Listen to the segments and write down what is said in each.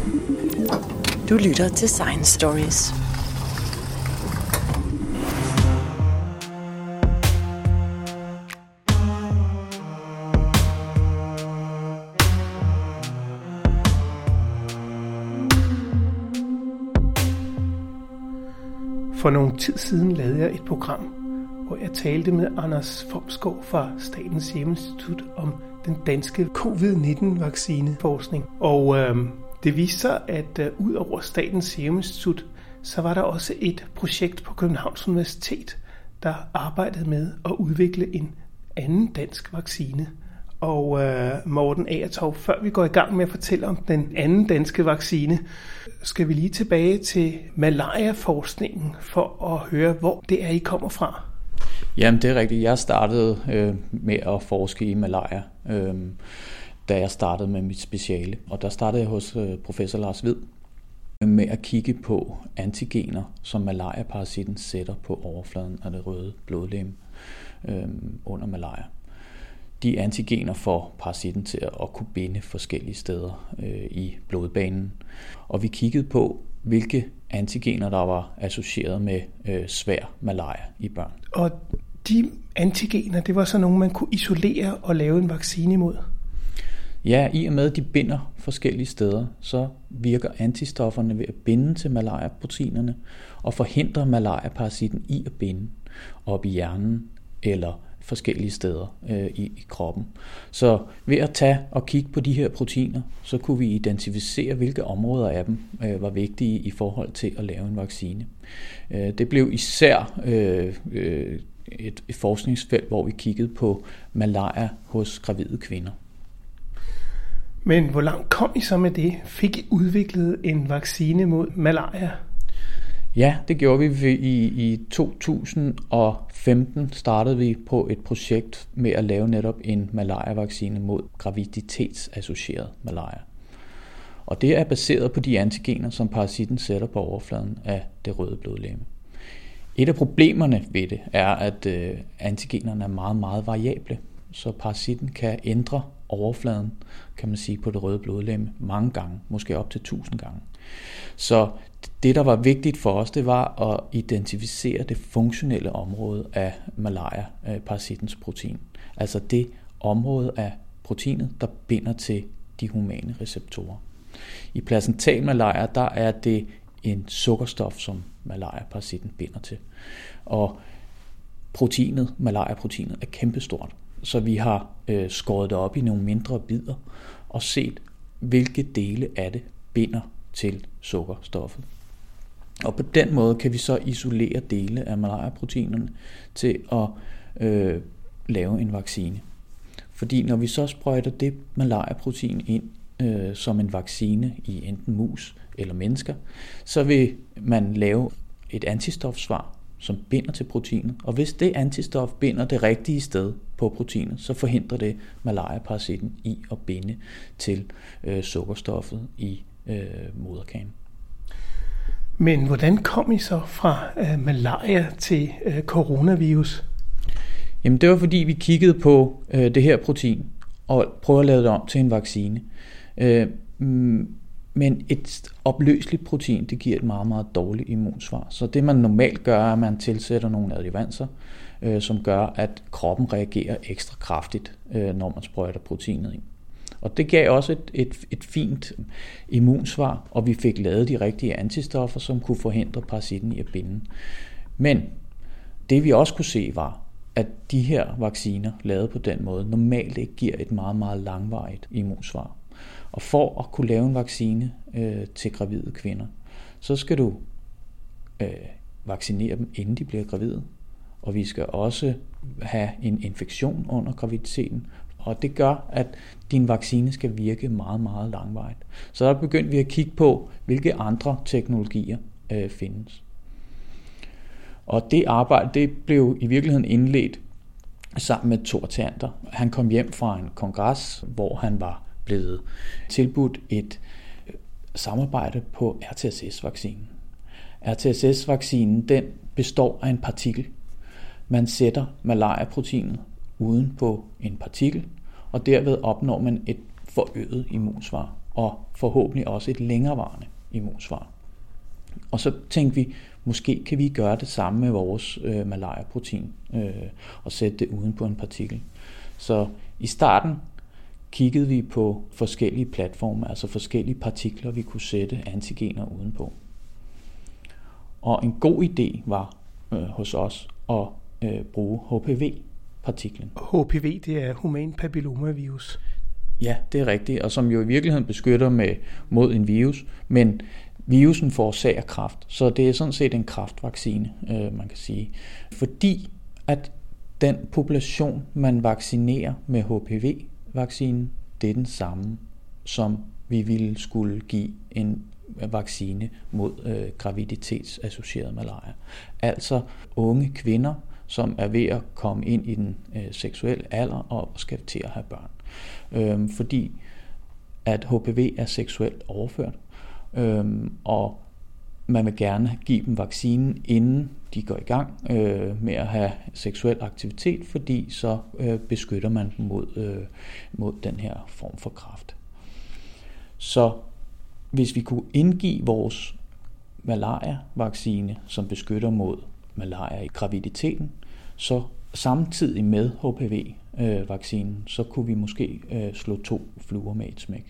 Du lytter til Science Stories. For nogle tid siden lavede jeg et program, hvor jeg talte med Anders Fomsgaard fra Statens Serum Institut om den danske COVID-19-vaccineforskning. Og det viste sig, at ud over Statens Serum Institut, så var der også et projekt på Københavns Universitet, der arbejdede med at udvikle en anden dansk vaccine. Og Morten Agertoft, før vi går i gang med at fortælle om den anden danske vaccine, skal vi lige tilbage til malaria-forskningen for at høre, hvor det er, I kommer fra. Jamen, det er rigtigt. Jeg startede med at forske i malaria, da jeg startede med mit speciale. Og der startede jeg hos professor Lars Hvid med at kigge på antigener, som malaria-parasitten sætter på overfladen af det røde blodlegeme under malaria. De antigener får parasitten til at kunne binde forskellige steder i blodbanen. Og vi kiggede på, hvilke antigener, der var associeret med svær malaria i børn. Og de antigener, det var så nogle, man kunne isolere og lave en vaccine imod? Ja, i og med, at de binder forskellige steder, så virker antistofferne ved at binde til malaria-proteinerne og forhindre malaria-parasitten i at binde op i hjernen eller forskellige steder i kroppen. Så ved at tage og kigge på de her proteiner, så kunne vi identificere, hvilke områder af dem var vigtige i forhold til at lave en vaccine. Det blev især et forskningsfelt, hvor vi kiggede på malaria hos gravide kvinder. Men hvor langt kom I så med det? Fik I udviklet en vaccine mod malaria? Ja, det gjorde vi. I 2015 startede vi på et projekt med at lave netop en malaria-vaccine mod graviditetsassocieret malaria. Og det er baseret på de antigener, som parasitten sætter på overfladen af det røde blodlegeme. Et af problemerne ved det er, at antigenerne er meget, meget variable, så parasitten kan ændre overfladen, kan man sige, på det røde blodlegeme mange gange, måske op til 1000 gange. Så det, der var vigtigt for os, det var at identificere det funktionelle område af malaria-parasittens protein. Altså det område af proteinet, der binder til de humane receptorer. I placental malaria, der er det en sukkerstof, som malaria-parasitten binder til. Og proteinet, malaria-proteinet, er kæmpestort. Så vi har skåret det op i nogle mindre bidder og set, hvilke dele af det binder til sukkerstoffet. Og på den måde kan vi så isolere dele af malaria-proteinerne til at lave en vaccine. Fordi når vi så sprøjter det malaria-protein ind som en vaccine i enten mus eller mennesker, så vil man lave et antistofsvar, som binder til proteinet. Og hvis det antistof binder det rigtige sted på proteinet, så forhindrer det malaria-parasitten i at binde til sukkerstoffet i moderkagen. Men hvordan kom I så fra malaria til coronavirus? Jamen det var fordi vi kiggede på det her protein og prøvede at lave det om til en vaccine. Men et opløseligt protein, det giver et meget, meget dårligt immunsvar. Så det man normalt gør, er, at man tilsætter nogle adjuvanser, som gør, at kroppen reagerer ekstra kraftigt, når man sprøjter proteinet ind. Og det gav også et fint immunsvar, og vi fik lavet de rigtige antistoffer, som kunne forhindre parasitten i at binde. Men det vi også kunne se var, at de her vacciner, lavet på den måde, normalt ikke giver et meget, meget langvarigt immunsvar. Og for at kunne lave en vaccine til gravide kvinder, så skal du vaccinere dem, inden de bliver gravide. Og vi skal også have en infektion under graviditeten. Og det gør, at din vaccine skal virke meget, meget langvarigt. Så der begyndte vi at kigge på, hvilke andre teknologier findes. Og det arbejde, det blev i virkeligheden indledt sammen med Thor Thander. Han kom hjem fra en kongres, hvor han var blevet tilbudt et samarbejde på RTSS-vaccinen. RTSS-vaccinen, den består af en partikel. Man sætter malaria-proteinet uden på en partikel, og derved opnår man et forøget immunsvar. og forhåbentlig også et længerevarende immunsvar. Og så tænkte vi, måske kan vi gøre det samme med vores malaria-protein og sætte det uden på en partikel. Så i starten kiggede vi på forskellige platforme, altså forskellige partikler, vi kunne sætte antigener udenpå. Og en god idé var hos os at bruge HPV-partiklen. HPV, det er human papillomavirus. Ja, det er rigtigt, og som jo i virkeligheden beskytter mod en virus, men virusen forårsager kræft, så det er sådan set en kræftvaccine, man kan sige. Fordi at den population, man vaccinerer med HPV-vaccinen, det er den samme, som vi ville skulle give en vaccine mod graviditetsassocieret malaria. Altså unge kvinder, som er ved at komme ind i den seksuelle alder og skal til at have børn. Fordi at HPV er seksuelt overført, og man vil gerne give dem vaccinen, inden de går i gang med at have seksuel aktivitet, fordi så beskytter man dem mod den her form for kræft. Så hvis vi kunne indgive vores malaria-vaccine, som beskytter mod malaria i graviditeten, så samtidig med HPV-vaccinen, så kunne vi måske slå 2 fluer med et smæk.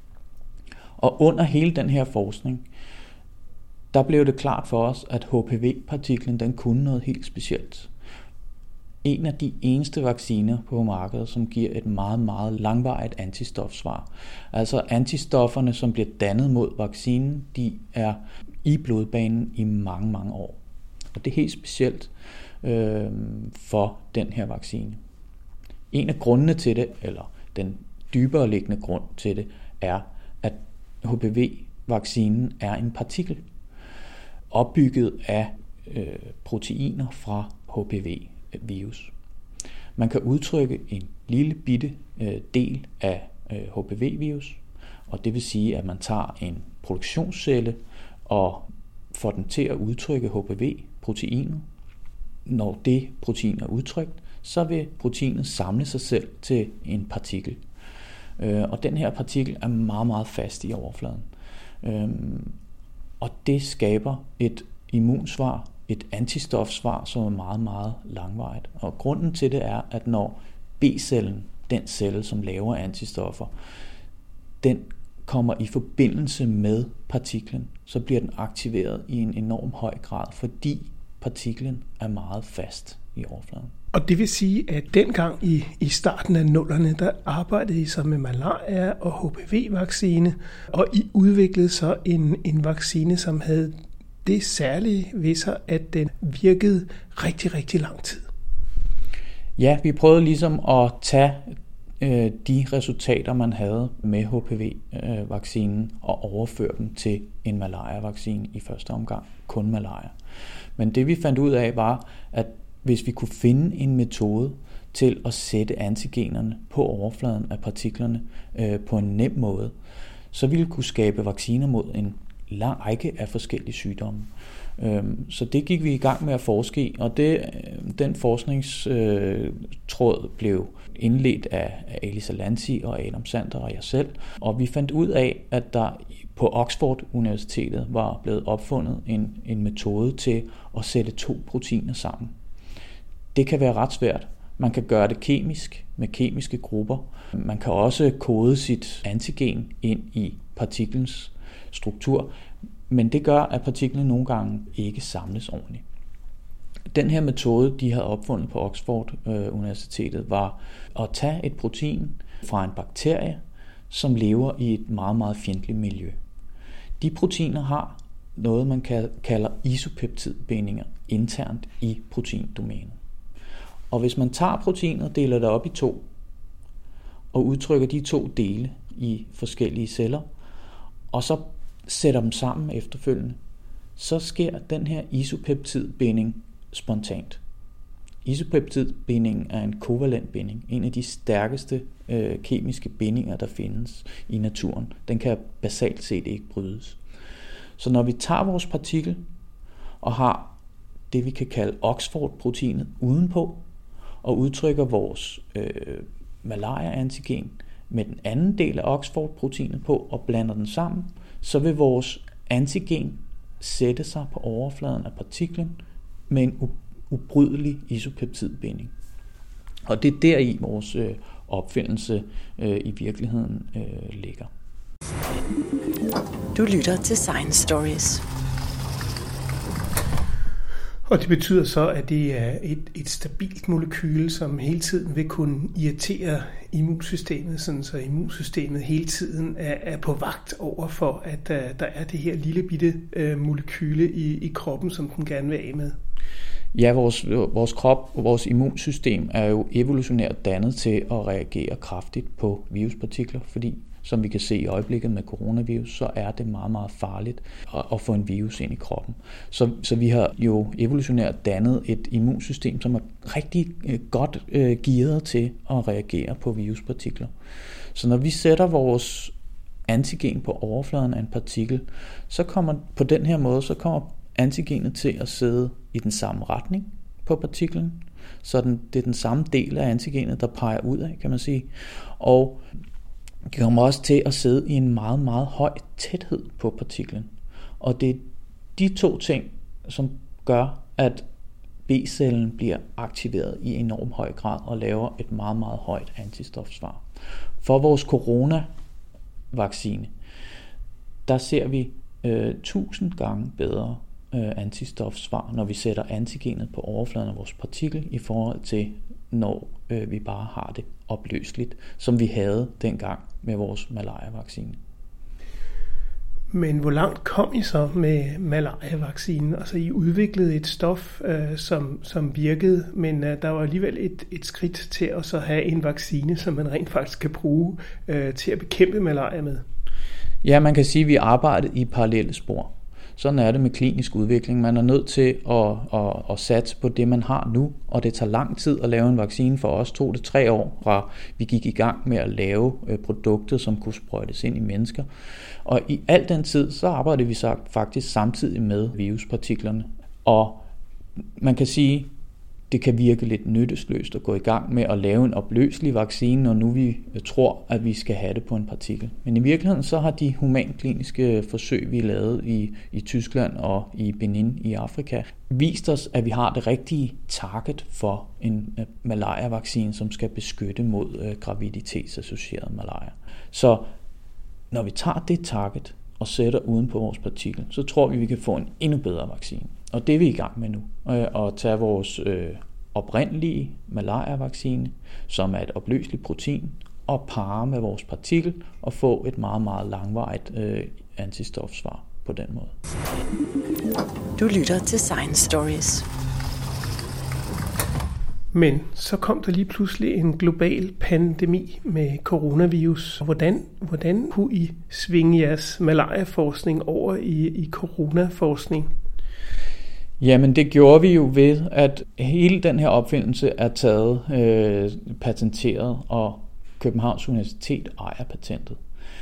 Og under hele den her forskning, der blev det klart for os, at HPV-partiklen den kunne noget helt specielt. En af de eneste vacciner på markedet, som giver et meget, meget langvarigt antistofsvar. Altså antistofferne, som bliver dannet mod vaccinen, de er i blodbanen i mange, mange år. Og det er helt specielt for den her vaccine. En af grundene til det, eller den dybere liggende grund til det, er, at HPV-vaccinen er en partikel, opbygget af proteiner fra HPV-virus. Man kan udtrykke en lille bitte del af HPV-virus, og det vil sige, at man tager en produktionscelle og får den til at udtrykke HPV-proteinet. Når det protein er udtrykt, så vil proteinet samle sig selv til en partikel. Og den her partikel er meget, meget fast i overfladen. Og det skaber et immunsvar, et antistofsvar, som er meget, meget langvarigt. Og grunden til det er, at når B-cellen, den celle, som laver antistoffer, den kommer i forbindelse med partiklen, så bliver den aktiveret i en enorm høj grad, fordi partiklen er meget fast i overfladen. Og det vil sige, at dengang i starten af 00'erne, der arbejdede I så med malaria og HPV-vaccine, og I udviklede så en vaccine, som havde det særlige ved sig, at den virkede rigtig, rigtig lang tid. Ja, vi prøvede ligesom at tage de resultater, man havde med HPV-vaccinen og overføre dem til en malaria-vaccine i første omgang, kun malaria. Men det vi fandt ud af var, at hvis vi kunne finde en metode til at sætte antigenerne på overfladen af partiklerne på en nem måde, så ville vi kunne skabe vacciner mod en lang række af forskellige sygdomme. Så det gik vi i gang med at forske i, og den forskningstråd blev indledt af Elisa Lanzi og Adam Sander og jeg selv, og vi fandt ud af, at der på Oxford Universitetet var blevet opfundet en metode til at sætte 2 proteiner sammen. Det kan være ret svært. Man kan gøre det kemisk med kemiske grupper. Man kan også kode sit antigen ind i partiklens struktur, men det gør, at partiklen nogle gange ikke samles ordentligt. Den her metode, de havde opfundet på Oxford Universitetet, var at tage et protein fra en bakterie, som lever i et meget, meget fjendtligt miljø. De proteiner har noget, man kalder isopeptidbindinger internt i proteindomænet. Og hvis man tager proteinet og deler det op i 2, og udtrykker de 2 dele i forskellige celler, og så sætter dem sammen efterfølgende, så sker den her isopeptidbinding spontant. Isopeptidbindingen er en kovalent binding, en af de stærkeste kemiske bindinger, der findes i naturen. Den kan basalt set ikke brydes. Så når vi tager vores partikel og har det, vi kan kalde Oxford-proteinet udenpå, og udtrykker vores malaria-antigen med den anden del af Oxford-proteinet på og blander den sammen, så vil vores antigen sætte sig på overfladen af partiklen med en ubrydelig isopeptidbinding. Og det er deri vores opfindelse i virkeligheden ligger. Du lytter til Science Stories. Og det betyder så, at det er et stabilt molekyle, som hele tiden vil kunne irritere immunsystemet, sådan så immunsystemet hele tiden er på vagt over for, at der er det her lille bitte molekyle i kroppen, som den gerne vil af med. Ja, vores krop og vores immunsystem er jo evolutionært dannet til at reagere kraftigt på viruspartikler, fordi som vi kan se i øjeblikket med coronavirus, så er det meget, meget farligt at få en virus ind i kroppen. Så vi har jo evolutionært dannet et immunsystem, som er rigtig godt gearet til at reagere på viruspartikler. Så når vi sætter vores antigen på overfladen af en partikel, så kommer på den her måde, så kommer antigenet til at sidde i den samme retning på partiklen. Så det er den samme del af antigenet, der peger ud af, kan man sige. Og det kommer også til at sidde i en meget, meget høj tæthed på partiklen. Og det er de to ting, som gør, at B-cellen bliver aktiveret i enormt høj grad og laver et meget, meget højt antistofsvar. For vores coronavaccine, der ser vi 1000 gange bedre antistofsvar, når vi sætter antigenet på overfladen af vores partikel, i forhold til når vi bare har det opløseligt, som vi havde dengang med vores malaria-vaccine. Men hvor langt kom I så med malaria-vaccinen? Altså I udviklede et stof, som virkede, men der var alligevel et skridt til at så have en vaccine, som man rent faktisk kan bruge til at bekæmpe malaria med. Ja, man kan sige, at vi arbejdede i parallelle spor. Sådan er det med klinisk udvikling. Man er nødt til at satse på det, man har nu, og det tager lang tid at lave en vaccine. For os tog det 3 år, fra vi gik i gang med at lave produkter, som kunne sprøjtes ind i mennesker. Og i al den tid, så arbejdede vi faktisk samtidig med viruspartiklerne. Og man kan sige, det kan virke lidt nyttesløst at gå i gang med at lave en opløselig vaccine, når nu vi tror, at vi skal have det på en partikel. Men i virkeligheden så har de humankliniske forsøg, vi lavede i Tyskland og i Benin i Afrika, vist os, at vi har det rigtige target for en malaria-vaccine, som skal beskytte mod graviditetsassocieret malaria. Så når vi tager det target og sætter uden på vores partikel, så tror vi kan få en endnu bedre vaccine. Og det er vi i gang med nu. At tage vores oprindelige malaria-vaccine, som er et opløseligt protein, og parre med vores partikel og få et meget, meget langvarigt antistofsvar på den måde. Du lytter til Science Stories. Men så kom der lige pludselig en global pandemi med coronavirus. Hvordan kunne I svinge jeres malaria-forskning over i coronaforskning? Jamen det gjorde vi jo ved, at hele den her opfindelse er taget patenteret, og Københavns Universitet ejer patentet.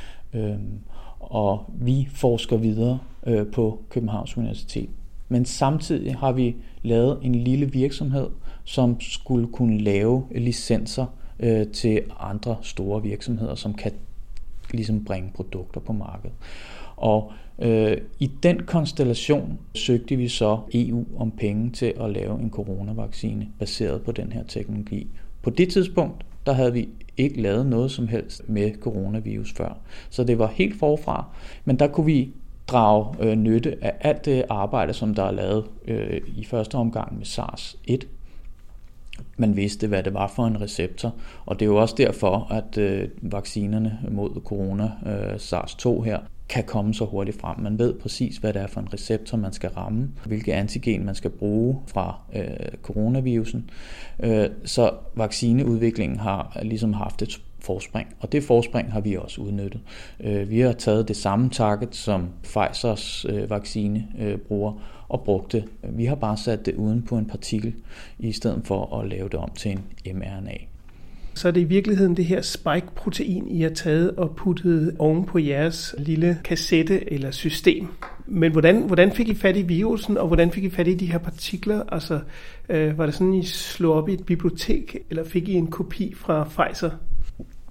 Og vi forsker videre på Københavns Universitet. Men samtidig har vi lavet en lille virksomhed, som skulle kunne lave licenser til andre store virksomheder, som kan ligesom bringe produkter på markedet. Og i den konstellation søgte vi så EU om penge til at lave en coronavaccine baseret på den her teknologi. På det tidspunkt, der havde vi ikke lavet noget som helst med coronavirus før. Så det var helt forfra, men der kunne vi drage nytte af alt det arbejde, som der er lavet i første omgang med SARS-1. Man vidste, hvad det var for en receptor, og det er jo også derfor, at vaccinerne mod corona, SARS-2 her, kan komme så hurtigt frem. Man ved præcis, hvad det er for en receptor, man skal ramme, hvilke antigen man skal bruge fra coronavirusen. Så vaccineudviklingen har ligesom haft et forspring, og det forspring har vi også udnyttet. Vi har taget det samme target, som Pfizers vaccine bruger, og brugt det. Vi har bare sat det uden på en partikel, i stedet for at lave det om til en mRNA. Så er det i virkeligheden det her spike-protein, I har taget og puttet oven på jeres lille kassette eller system. Men hvordan fik I fat i virusen, og hvordan fik I fat i de her partikler? Altså, var det sådan, I slog op i et bibliotek, eller fik I en kopi fra Pfizer?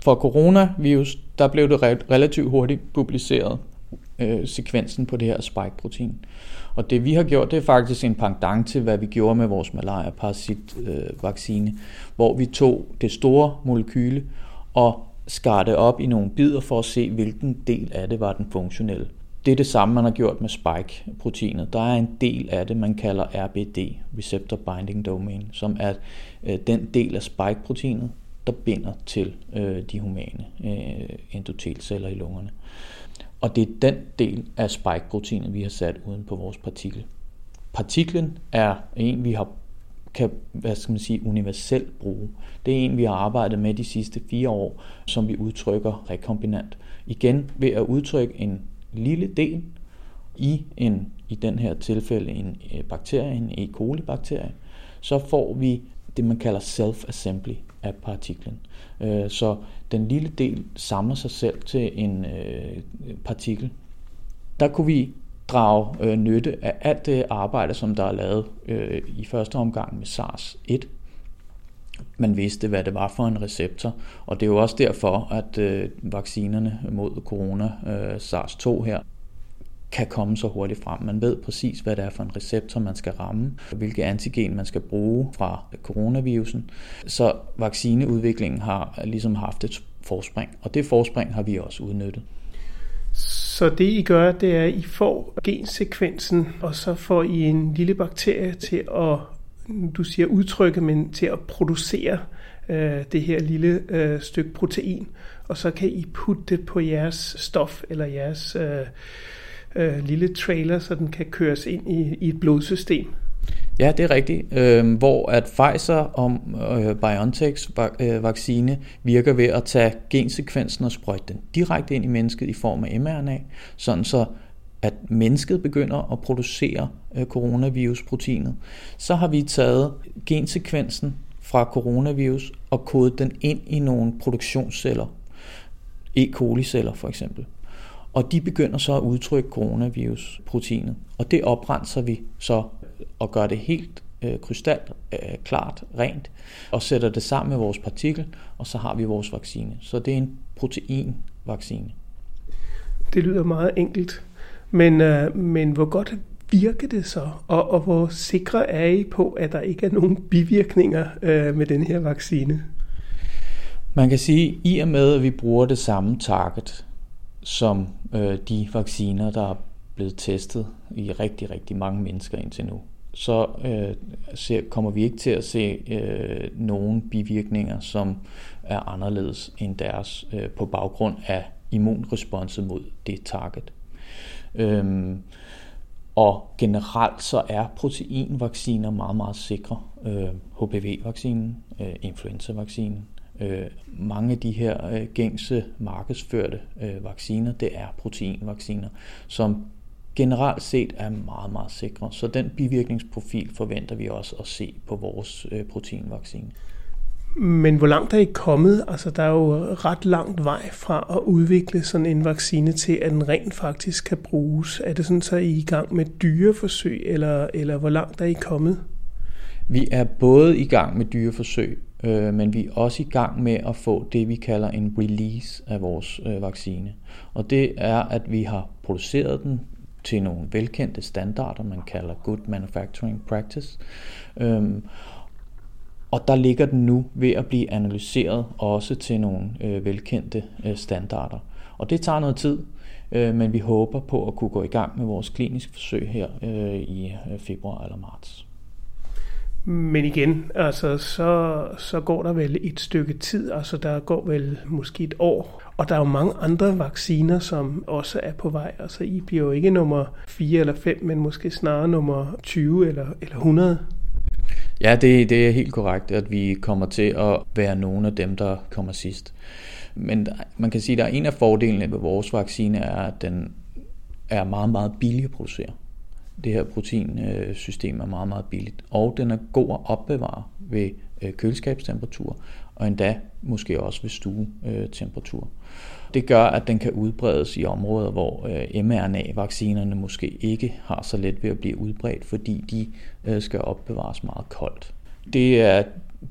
For coronavirus, der blev det relativt hurtigt publiceret sekvensen på det her spike-protein. Og det vi har gjort, det er faktisk en pendant til, hvad vi gjorde med vores malaria-parasit-vaccine, hvor vi tog det store molekyle og skar det op i nogle bidder for at se, hvilken del af det var den funktionelle. Det er det samme, man har gjort med spike-proteinet. Der er en del af det, man kalder RBD, Receptor Binding Domain, som er den del af spike-proteinet, der binder til de humane endotelceller i lungerne. Og det er den del af spike-proteinet, vi har sat uden på vores partikel. Partiklen er en, vi kan universelt bruge. Det er en, vi har arbejdet med de sidste 4 år, som vi udtrykker rekombinant. Igen ved at udtrykke en lille del i den her tilfælde en bakterie, en E. coli-bakterie, så får vi det, man kalder self-assembly af partiklen. Så den lille del samler sig selv til en partikel. Der kunne vi drage nytte af alt det arbejde, som der er lavet i første omgang med SARS-1. Man vidste, hvad det var for en receptor, og det er jo også derfor, at vaccinerne mod corona, SARS-2 her, kan komme så hurtigt frem. Man ved præcis, hvad det er for en receptor, man skal ramme, hvilke antigen man skal bruge fra coronavirusen. Så vaccineudviklingen har ligesom haft et forspring, og det forspring har vi også udnyttet. Så det I gør, det er, at I får gensekvensen, og så får I en lille bakterie til at, du siger udtrykke, men til at producere det her lille stykke protein, og så kan I putte det på jeres stof eller jeres lille trailer, så den kan køres ind i et blodsystem. Ja, det er rigtigt. Hvor at Pfizer og BioNTechs vaccine virker ved at tage gensekvensen og sprøjte den direkte ind i mennesket i form af mRNA, sådan så at mennesket begynder at producere coronavirusproteinet. Så har vi taget gensekvensen fra coronavirus og kodet den ind i nogle produktionsceller, E. coli-celler for eksempel. Og de begynder så at udtrykke coronavirusproteinet. Og det oprenser vi så og gør det helt krystalklart, rent, og sætter det sammen med vores partikel, og så har vi vores vaccine. Så det er en proteinvaccine. Det lyder meget enkelt, men hvor godt virker det så? Og hvor sikre er I på, at der ikke er nogen bivirkninger med den her vaccine? Man kan sige, i og med, at vi bruger det samme target, som de vacciner, der er blevet testet i rigtig, rigtig mange mennesker indtil nu, så kommer vi ikke til at se nogen bivirkninger, som er anderledes end deres på baggrund af immunresponset mod det target. Og generelt så er proteinvacciner meget, meget sikre. HPV-vaccinen, influenza-vaccinen, mange af de her gængse markedsførte vacciner, det er proteinvacciner, som generelt set er meget, meget sikre. Så den bivirkningsprofil forventer vi også at se på vores proteinvaccine. Men hvor langt er I kommet? Altså, der er jo ret langt vej fra at udvikle sådan en vaccine til, at den rent faktisk kan bruges. Er det sådan, så I er i gang med dyreforsøg, eller hvor langt er I kommet? Vi er både i gang med dyreforsøg, men vi er også i gang med at få det, vi kalder en release af vores vaccine. Og det er, at vi har produceret den til nogle velkendte standarder, man kalder Good Manufacturing Practice. Og der ligger den nu ved at blive analyseret også til nogle velkendte standarder. Og det tager noget tid, men vi håber på at kunne gå i gang med vores kliniske forsøg her i februar eller marts. Men igen, altså så går der vel et stykke tid, altså der går vel måske et år, og der er jo mange andre vacciner, som også er på vej. Altså I bliver jo ikke nummer 4 eller 5, men måske snarere nummer 20 eller 100. Ja, det er helt korrekt, at vi kommer til at være nogle af dem, der kommer sidst. Men man kan sige, at der er en af fordelene ved vores vaccine er, at den er meget, meget billig at producere. Det her proteinsystem er meget, meget billigt, og den er god at opbevare ved køleskabstemperatur, og endda måske også ved stuetemperatur. Det gør, at den kan udbredes i områder, hvor mRNA-vaccinerne måske ikke har så let ved at blive udbredt, fordi de skal opbevares meget koldt. Det er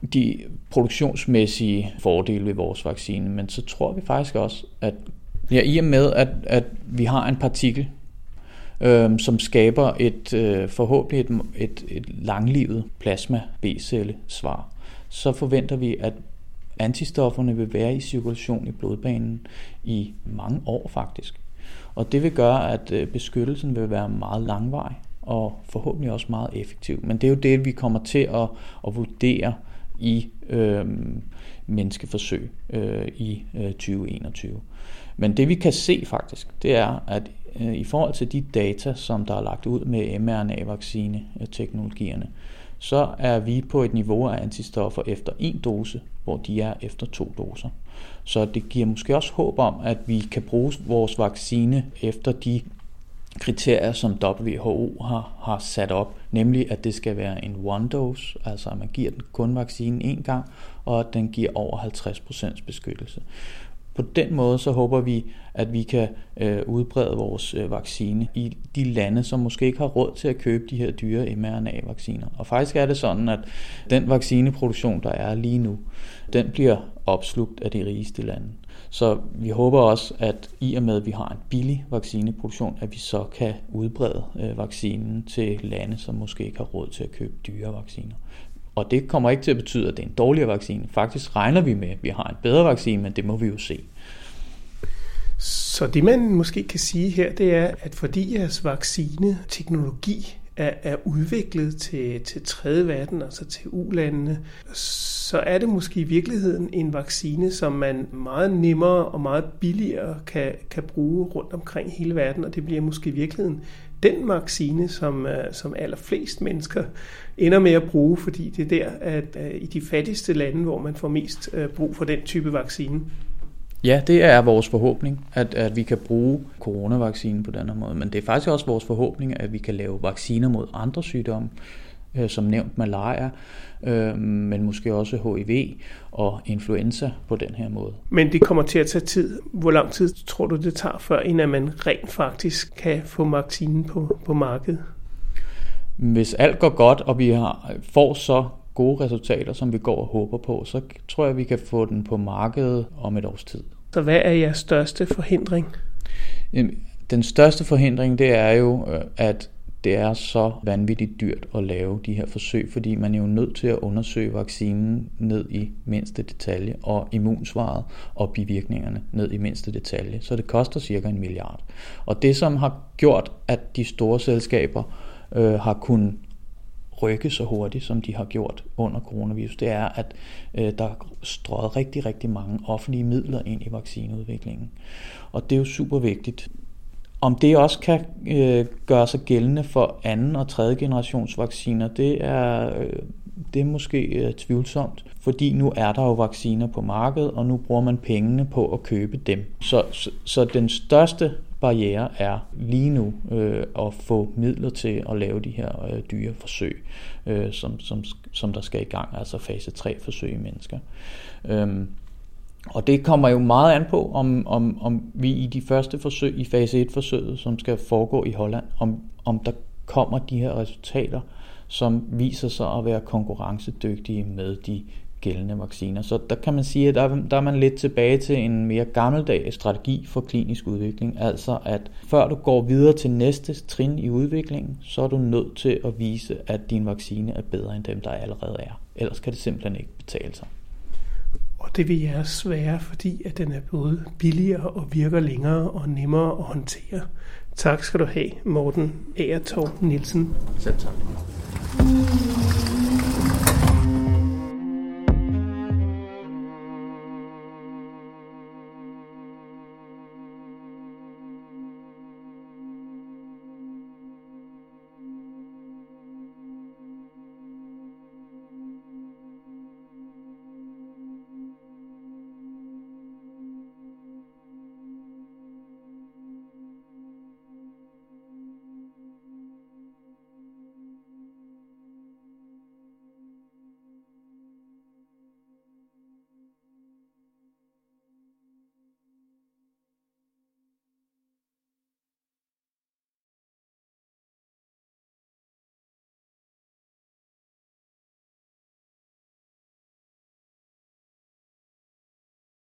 de produktionsmæssige fordele ved vores vaccine, men så tror vi faktisk også, at i og med, at vi har en partikel, som skaber forhåbentlig et langlivet plasma B-celle-svar, så forventer vi, at antistofferne vil være i cirkulation i blodbanen i mange år faktisk. Og det vil gøre, at beskyttelsen vil være meget langvarig og forhåbentlig også meget effektiv. Men det er jo det, vi kommer til at vurdere i menneskeforsøg i 2021. Men det vi kan se faktisk, det er, at i forhold til de data, som der er lagt ud med mRNA-vaccine-teknologierne, så er vi på et niveau af antistoffer efter 1 dose, hvor de er efter 2 doser. Så det giver måske også håb om, at vi kan bruge vores vaccine efter de kriterier, som WHO har sat op, nemlig at det skal være en one dose, altså at man giver den kun vaccinen 1 gang, og at den giver over 50% beskyttelse. På den måde så håber vi, at vi kan udbrede vores vaccine i de lande, som måske ikke har råd til at købe de her dyre mRNA-vacciner. Og faktisk er det sådan, at den vaccineproduktion, der er lige nu, den bliver opslugt af de rigeste lande. Så vi håber også, at i og med, at vi har en billig vaccineproduktion, at vi så kan udbrede vaccinen til lande, som måske ikke har råd til at købe dyre vacciner. Og det kommer ikke til at betyde, at det er en dårligere vaccine. Faktisk regner vi med, at vi har en bedre vaccine, men det må vi jo se. Så det man måske kan sige her, det er, at fordi jeres vaccineteknologi er udviklet til tredje verden, altså til U-landene, så er det måske i virkeligheden en vaccine, som man meget nemmere og meget billigere kan bruge rundt omkring hele verden, og det bliver måske i virkeligheden den vaccine, som allerflest mennesker ender med at bruge, fordi det er der, at i de fattigste lande, hvor man får mest brug for den type vaccine. Ja, det er vores forhåbning, at vi kan bruge coronavaccinen på den her måde, men det er faktisk også vores forhåbning, at vi kan lave vacciner mod andre sygdomme, som nævnt malaria, men måske også HIV og influenza på den her måde. Men det kommer til at tage tid. Hvor lang tid tror du, det tager, før inden man rent faktisk kan få vaccinen på markedet? Hvis alt går godt, og vi får så gode resultater, som vi går og håber på, så tror jeg, vi kan få den på markedet om et års tid. Så hvad er jeres største forhindring? Den største forhindring, det er jo, at det er så vanvittigt dyrt at lave de her forsøg, fordi man er jo nødt til at undersøge vaccinen ned i mindste detalje, og immunsvaret og bivirkningerne ned i mindste detalje. Så det koster cirka 1 milliard. Og det, som har gjort, at de store selskaber har kunnet rykke så hurtigt, som de har gjort under coronavirus, det er, at der er strøget rigtig, rigtig mange offentlige midler ind i vaccineudviklingen. Og det er jo super vigtigt. Om det også kan gøre sig gældende for anden og tredje generations vacciner, det er måske tvivlsomt, fordi nu er der jo vacciner på markedet, og nu bruger man pengene på at købe dem. Så den største barriere er lige nu at få midler til at lave de her dyre forsøg, som der skal i gang, altså fase 3 forsøg i mennesker. Og det kommer jo meget an på, om vi i de første forsøg, i fase 1-forsøget, som skal foregå i Holland, om der kommer de her resultater, som viser sig at være konkurrencedygtige med de gældende vacciner. Så der kan man sige, at der er man lidt tilbage til en mere gammeldags strategi for klinisk udvikling. Altså at før du går videre til næste trin i udviklingen, så er du nødt til at vise, at din vaccine er bedre end dem, der allerede er. Ellers kan det simpelthen ikke betale sig. Og det vil være svære, fordi at den er både billigere og virker længere og nemmere at håndtere. Tak skal du have, Morten Agertorp Nielsen. Selv tak.